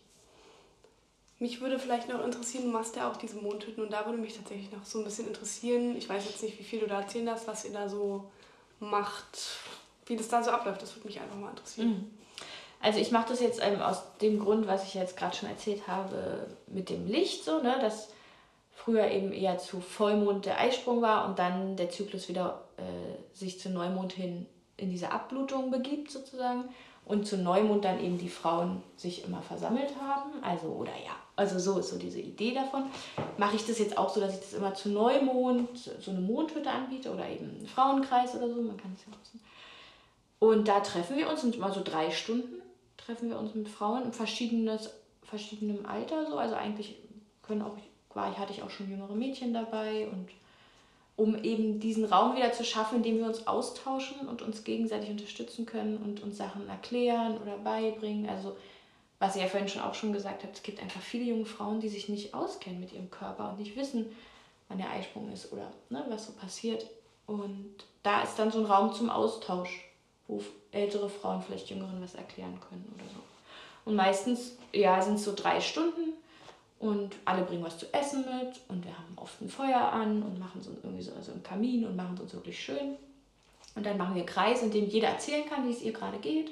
Mich würde vielleicht noch interessieren, du machst ja auch diese Mondhütten und da würde mich tatsächlich noch so ein bisschen interessieren. Ich weiß jetzt nicht, wie viel du da erzählen darfst, was ihr da so macht, wie das da so abläuft. Das würde mich einfach mal interessieren. Also ich mache das jetzt aus dem Grund, was ich jetzt gerade schon erzählt habe, mit dem Licht so, ne, dass früher eben eher zu Vollmond der Eisprung war und dann der Zyklus wieder sich zu Neumond hin in diese Abblutung begibt sozusagen und zu Neumond dann eben die Frauen sich immer versammelt haben, also so ist so diese Idee davon. Mache ich das jetzt auch so, dass ich das immer zu Neumond so eine Mondhütte anbiete oder eben einen Frauenkreis oder so, man kann es ja nutzen. Und da treffen wir uns, und mal so 3 Stunden treffen wir uns mit Frauen in verschiedenem Alter, so, also eigentlich hatte ich auch schon jüngere Mädchen dabei und um eben diesen Raum wieder zu schaffen, in dem wir uns austauschen und uns gegenseitig unterstützen können und uns Sachen erklären oder beibringen. Also was ihr ja vorhin auch schon gesagt habt, es gibt einfach viele junge Frauen, die sich nicht auskennen mit ihrem Körper und nicht wissen, wann der Eisprung ist oder was so passiert. Und da ist dann so ein Raum zum Austausch, wo ältere Frauen vielleicht Jüngeren was erklären können oder so. Und meistens sind es so 3 Stunden. Und alle bringen was zu essen mit und wir haben oft ein Feuer an und machen es uns irgendwie so im Kamin und machen es uns wirklich schön. Und dann machen wir einen Kreis, in dem jeder erzählen kann, wie es ihr gerade geht.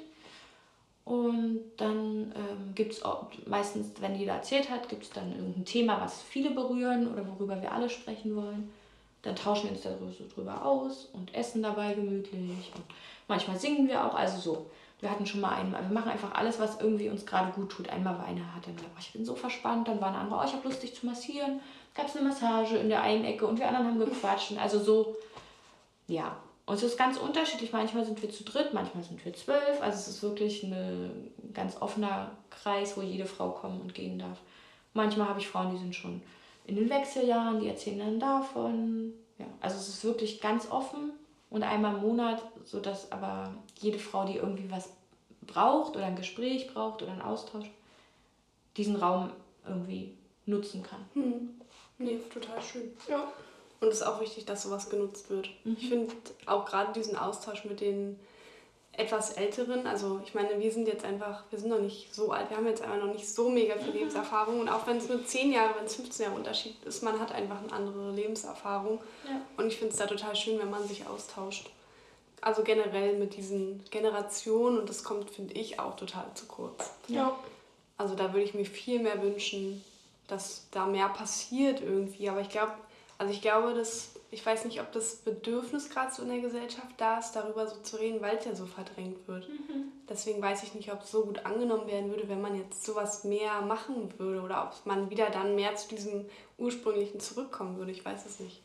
Und dann gibt es meistens, wenn jeder erzählt hat, gibt es dann irgendein Thema, was viele berühren oder worüber wir alle sprechen wollen. Dann tauschen wir uns darüber aus und essen dabei gemütlich. Und manchmal singen wir auch, also so. Wir hatten schon mal wir machen einfach alles, was irgendwie uns gerade gut tut. Einmal war einer, hat dann gesagt, ich bin so verspannt. Dann war eine andere, ich habe Lust, dich zu massieren. Gab es eine Massage in der einen Ecke und wir anderen haben gequatscht. Und also so, ja. Und es ist ganz unterschiedlich. Manchmal sind wir zu dritt, manchmal sind wir 12. Also es ist wirklich ein ganz offener Kreis, wo jede Frau kommen und gehen darf. Manchmal habe ich Frauen, die sind schon in den Wechseljahren, die erzählen dann davon. Ja. Also es ist wirklich ganz offen. Und einmal im Monat, sodass aber jede Frau, die irgendwie was braucht oder ein Gespräch braucht oder einen Austausch, diesen Raum irgendwie nutzen kann. Nee, total schön. Ja. Und es ist auch wichtig, dass sowas genutzt wird. Ich finde auch gerade diesen Austausch mit den etwas Älteren, also ich meine, wir sind noch nicht so alt, wir haben jetzt einfach noch nicht so mega viel Lebenserfahrung und auch wenn es nur 10 Jahre, wenn es 15 Jahre Unterschied ist, man hat einfach eine andere Lebenserfahrung und ich finde es da total schön, wenn man sich austauscht. Also generell mit diesen Generationen und das kommt, finde ich, auch total zu kurz. Ja. Also da würde ich mir viel mehr wünschen, dass da mehr passiert irgendwie, aber ich glaube, ich weiß nicht, ob das Bedürfnis gerade so in der Gesellschaft da ist, darüber so zu reden, weil es ja so verdrängt wird. Deswegen weiß ich nicht, ob es so gut angenommen werden würde, wenn man jetzt sowas mehr machen würde oder ob man wieder dann mehr zu diesem Ursprünglichen zurückkommen würde. Ich weiß es nicht.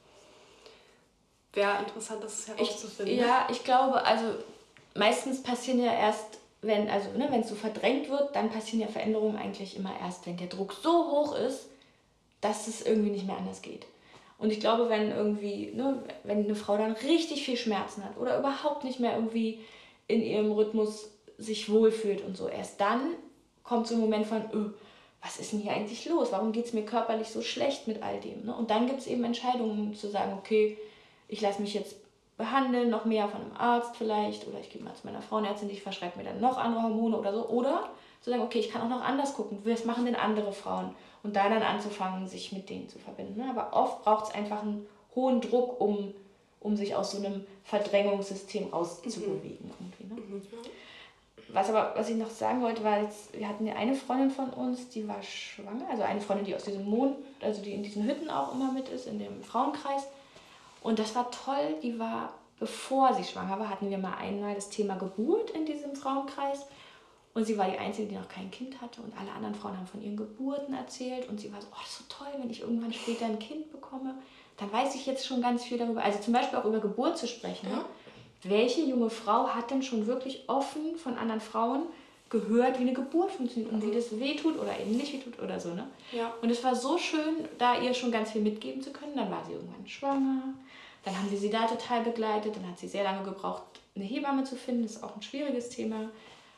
Wäre interessant, das herauszufinden. Ich glaube, also meistens passieren ja erst, wenn es so verdrängt wird, dann passieren ja Veränderungen eigentlich immer erst, wenn der Druck so hoch ist, dass es irgendwie nicht mehr anders geht. Und ich glaube, wenn eine Frau dann richtig viel Schmerzen hat oder überhaupt nicht mehr irgendwie in ihrem Rhythmus sich wohlfühlt und so, erst dann kommt so ein Moment von, was ist denn hier eigentlich los? Warum geht es mir körperlich so schlecht mit all dem? Ne? Und dann gibt es eben Entscheidungen zu sagen, okay, ich lasse mich jetzt behandeln, noch mehr von einem Arzt vielleicht, oder ich gehe mal zu meiner Frauenärztin, die verschreibt mir dann noch andere Hormone oder so. Oder zu sagen, okay, ich kann auch noch anders gucken, was machen denn andere Frauen? Und da dann anzufangen, sich mit denen zu verbinden. Aber oft braucht es einfach einen hohen Druck, um sich aus so einem Verdrängungssystem rauszubewegen. Irgendwie, ne? Was ich noch sagen wollte, war jetzt, wir hatten ja eine Freundin von uns, die war schwanger, also eine Freundin, die aus diesem die in diesen Hütten auch immer mit ist, in dem Frauenkreis. Und das war toll, die war, bevor sie schwanger war, hatten wir mal einmal das Thema Geburt in diesem Frauenkreis. Und sie war die Einzige, die noch kein Kind hatte. Und alle anderen Frauen haben von ihren Geburten erzählt. Und sie war so, das ist so toll, wenn ich irgendwann später ein Kind bekomme. Dann weiß ich jetzt schon ganz viel darüber. Also zum Beispiel auch über Geburt zu sprechen. Ne? Welche junge Frau hat denn schon wirklich offen von anderen Frauen gehört, wie eine Geburt funktioniert und wie das wehtut oder eben nicht wehtut oder so. Ne? Ja. Und es war so schön, da ihr schon ganz viel mitgeben zu können. Dann war sie irgendwann schwanger. Dann haben wir sie da total begleitet. Dann hat sie sehr lange gebraucht, eine Hebamme zu finden. Das ist auch ein schwieriges Thema.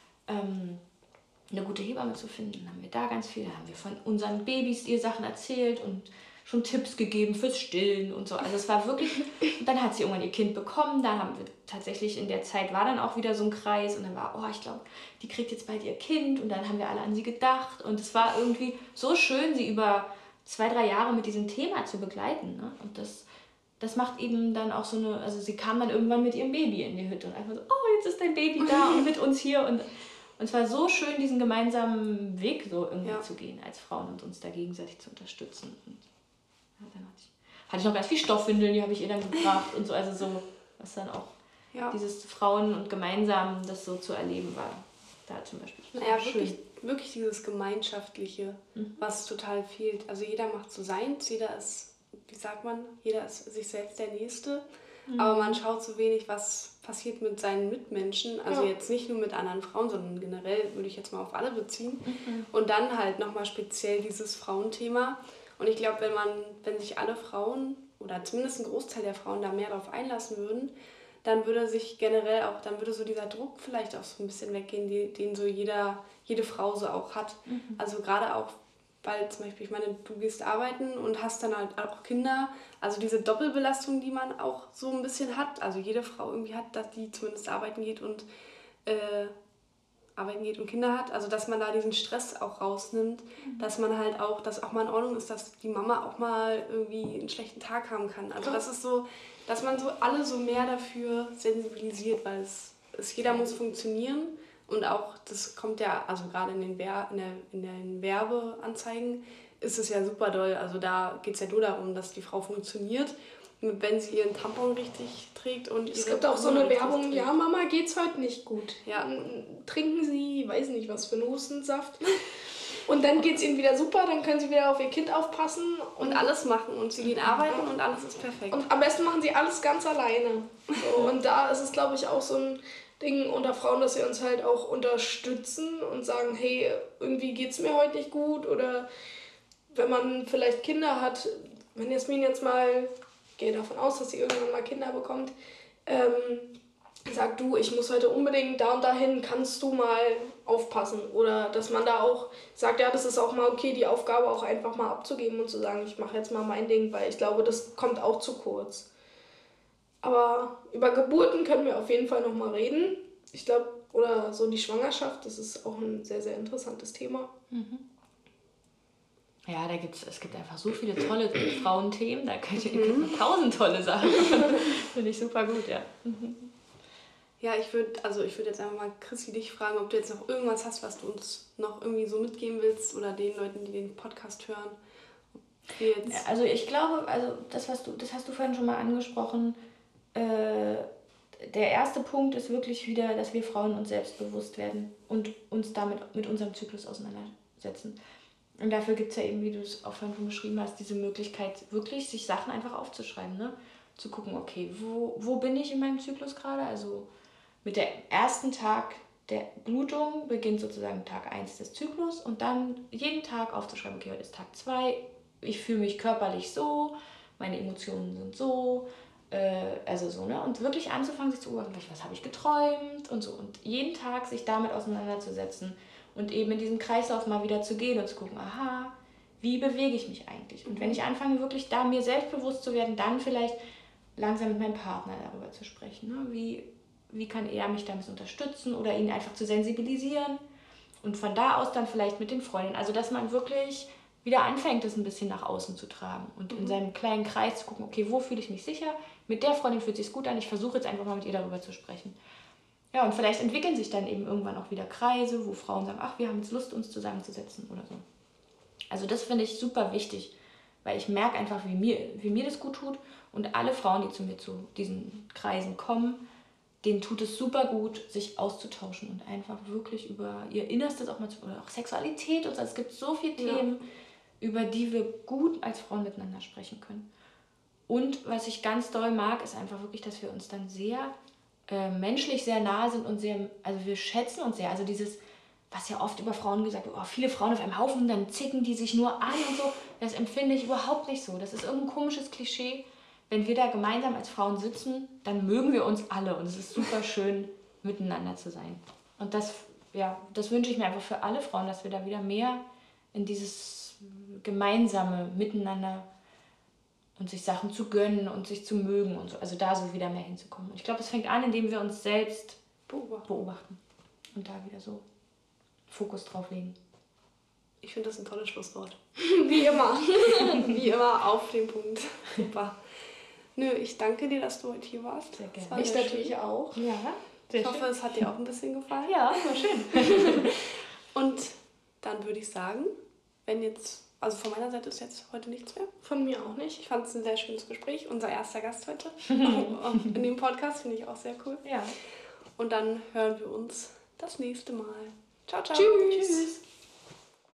Eine gute Hebamme zu finden. Dann haben wir da ganz viel. Dann haben wir von unseren Babys ihr Sachen erzählt und schon Tipps gegeben fürs Stillen und so. Also es war wirklich... Dann hat sie irgendwann ihr Kind bekommen. Da haben wir tatsächlich in der Zeit war dann auch wieder so ein Kreis. Und dann war, ich glaube, die kriegt jetzt bald ihr Kind. Und dann haben wir alle an sie gedacht. Und es war irgendwie so schön, sie über 2-3 Jahre mit diesem Thema zu begleiten. Ne? Und das macht eben dann auch so eine... Also sie kam dann irgendwann mit ihrem Baby in die Hütte. Und einfach so, jetzt ist dein Baby da und mit uns hier. Und es war so schön, diesen gemeinsamen Weg so irgendwie zu gehen als Frauen und uns da gegenseitig zu unterstützen. Und dann hatte ich noch ganz viel Stoffwindeln, die habe ich ihr dann gebracht und so. Also so, was dann auch dieses Frauen und gemeinsam das so zu erleben war. Da zum Beispiel. Naja, wirklich dieses Gemeinschaftliche, was total fehlt. Also jeder macht so seins, jeder ist, wie sagt man, jeder ist sich selbst der Nächste. Aber man schaut so wenig, was passiert mit seinen Mitmenschen. Also jetzt nicht nur mit anderen Frauen, sondern generell würde ich jetzt mal auf alle beziehen. Und dann halt nochmal speziell dieses Frauenthema. Und ich glaube, wenn sich alle Frauen oder zumindest ein Großteil der Frauen da mehr darauf einlassen würden, dann würde sich generell auch, dann würde so dieser Druck vielleicht auch so ein bisschen weggehen, den so jede Frau so auch hat. Also gerade auch, weil zum Beispiel, ich meine, du gehst arbeiten und hast dann halt auch Kinder. Also diese Doppelbelastung, die man auch so ein bisschen hat. Also jede Frau irgendwie hat, dass die zumindest arbeiten geht und Kinder hat. Also dass man da diesen Stress auch rausnimmt. Dass man halt auch, dass auch mal in Ordnung ist, dass die Mama auch mal irgendwie einen schlechten Tag haben kann. Also das ist so, dass man so alle so mehr dafür sensibilisiert, weil jeder muss funktionieren. Und auch, das kommt ja, also gerade in den Werbeanzeigen ist es ja super doll. Also da geht es ja nur darum, dass die Frau funktioniert, wenn sie ihren Tampon richtig trägt. Und es gibt auch so eine Werbung, trägt. Ja, Mama, geht's heute nicht gut. Ja. Trinken Sie, weiß nicht was für einen Hustensaft. Und dann geht's ihnen wieder super, dann können sie wieder auf ihr Kind aufpassen. Und alles machen. Und sie gehen arbeiten und alles ist perfekt. Und am besten machen sie alles ganz alleine. So, und da ist es, glaube ich, auch so ein Ding unter Frauen, dass sie uns halt auch unterstützen und sagen, hey, irgendwie geht's mir heute nicht gut. Oder wenn man vielleicht Kinder hat, wenn Jasmin jetzt mal, ich gehe davon aus, dass sie irgendwann mal Kinder bekommt, sagt, du, ich muss heute unbedingt da und dahin, kannst du mal aufpassen? Oder dass man da auch sagt, ja, das ist auch mal okay, die Aufgabe auch einfach mal abzugeben und zu sagen, ich mache jetzt mal mein Ding, weil ich glaube, das kommt auch zu kurz. Aber über Geburten können wir auf jeden Fall nochmal reden. Ich glaube, oder so die Schwangerschaft, das ist auch ein sehr, sehr interessantes Thema. Ja, es gibt einfach so viele tolle Frauenthemen, da könnt ihr 1000 tolle Sachen. Finde ich super gut, ja. Ja, ich würde jetzt einfach mal Chrissy dich fragen, ob du jetzt noch irgendwas hast, was du uns noch irgendwie so mitgeben willst oder den Leuten, die den Podcast hören. Ja, also ich glaube, das hast du vorhin schon mal angesprochen. Der erste Punkt ist wirklich wieder, dass wir Frauen uns selbst bewusst werden und uns damit mit unserem Zyklus auseinandersetzen. Und dafür gibt es ja eben, wie du es auch vorhin schon beschrieben hast, diese Möglichkeit, wirklich sich Sachen einfach aufzuschreiben. Ne? Zu gucken, okay, wo bin ich in meinem Zyklus gerade? Also mit dem ersten Tag der Blutung beginnt sozusagen Tag 1 des Zyklus und dann jeden Tag aufzuschreiben, okay, heute ist Tag 2, ich fühle mich körperlich so, meine Emotionen sind so, also so, ne? Und wirklich anzufangen, sich zu beobachten, was habe ich geträumt und so. Und jeden Tag sich damit auseinanderzusetzen und eben in diesen Kreislauf mal wieder zu gehen und zu gucken, aha, wie bewege ich mich eigentlich? Und wenn ich anfange, wirklich da mir selbstbewusst zu werden, dann vielleicht langsam mit meinem Partner darüber zu sprechen. Ne? Wie kann er mich da ein bisschen unterstützen oder ihn einfach zu sensibilisieren? Und von da aus dann vielleicht mit den Freundinnen. Also, dass man wirklich wieder anfängt, das ein bisschen nach außen zu tragen und in seinem kleinen Kreis zu gucken, okay, wo fühle ich mich sicher? Mit der Freundin fühlt es sich gut an, ich versuche jetzt einfach mal mit ihr darüber zu sprechen. Ja, und vielleicht entwickeln sich dann eben irgendwann auch wieder Kreise, wo Frauen sagen, ach, wir haben jetzt Lust, uns zusammenzusetzen oder so. Also das finde ich super wichtig, weil ich merke einfach, wie mir das gut tut und alle Frauen, die zu mir zu diesen Kreisen kommen, denen tut es super gut, sich auszutauschen und einfach wirklich über ihr Innerstes auch mal zu, oder auch Sexualität und so. Es gibt so viele Themen, über die wir gut als Frauen miteinander sprechen können. Und was ich ganz doll mag, ist einfach wirklich, dass wir uns dann sehr menschlich sehr nahe sind und also wir schätzen uns sehr. Also dieses, was ja oft über Frauen gesagt wird, oh, viele Frauen auf einem Haufen, dann zicken die sich nur an und so. Das empfinde ich überhaupt nicht so. Das ist irgendein komisches Klischee. Wenn wir da gemeinsam als Frauen sitzen, dann mögen wir uns alle und es ist super schön, miteinander zu sein. Und das wünsche ich mir einfach für alle Frauen, dass wir da wieder mehr in dieses gemeinsame Miteinander und sich Sachen zu gönnen und sich zu mögen und so. Also da so wieder mehr hinzukommen. Und ich glaube, es fängt an, indem wir uns selbst beobachten und da wieder so Fokus drauf legen. Ich finde das ein tolles Schlusswort. Wie immer. Wie immer auf den Punkt. Super. Nö, ich danke dir, dass du heute hier warst. Sehr gerne. Ich natürlich auch. Ja, ich hoffe, es hat dir auch ein bisschen gefallen. Ja, war schön. Und dann würde ich sagen, also von meiner Seite ist jetzt heute nichts mehr. Von mir auch nicht. Ich fand es ein sehr schönes Gespräch. Unser erster Gast heute in dem Podcast finde ich auch sehr cool. Ja. Und dann hören wir uns das nächste Mal. Ciao, ciao. Tschüss.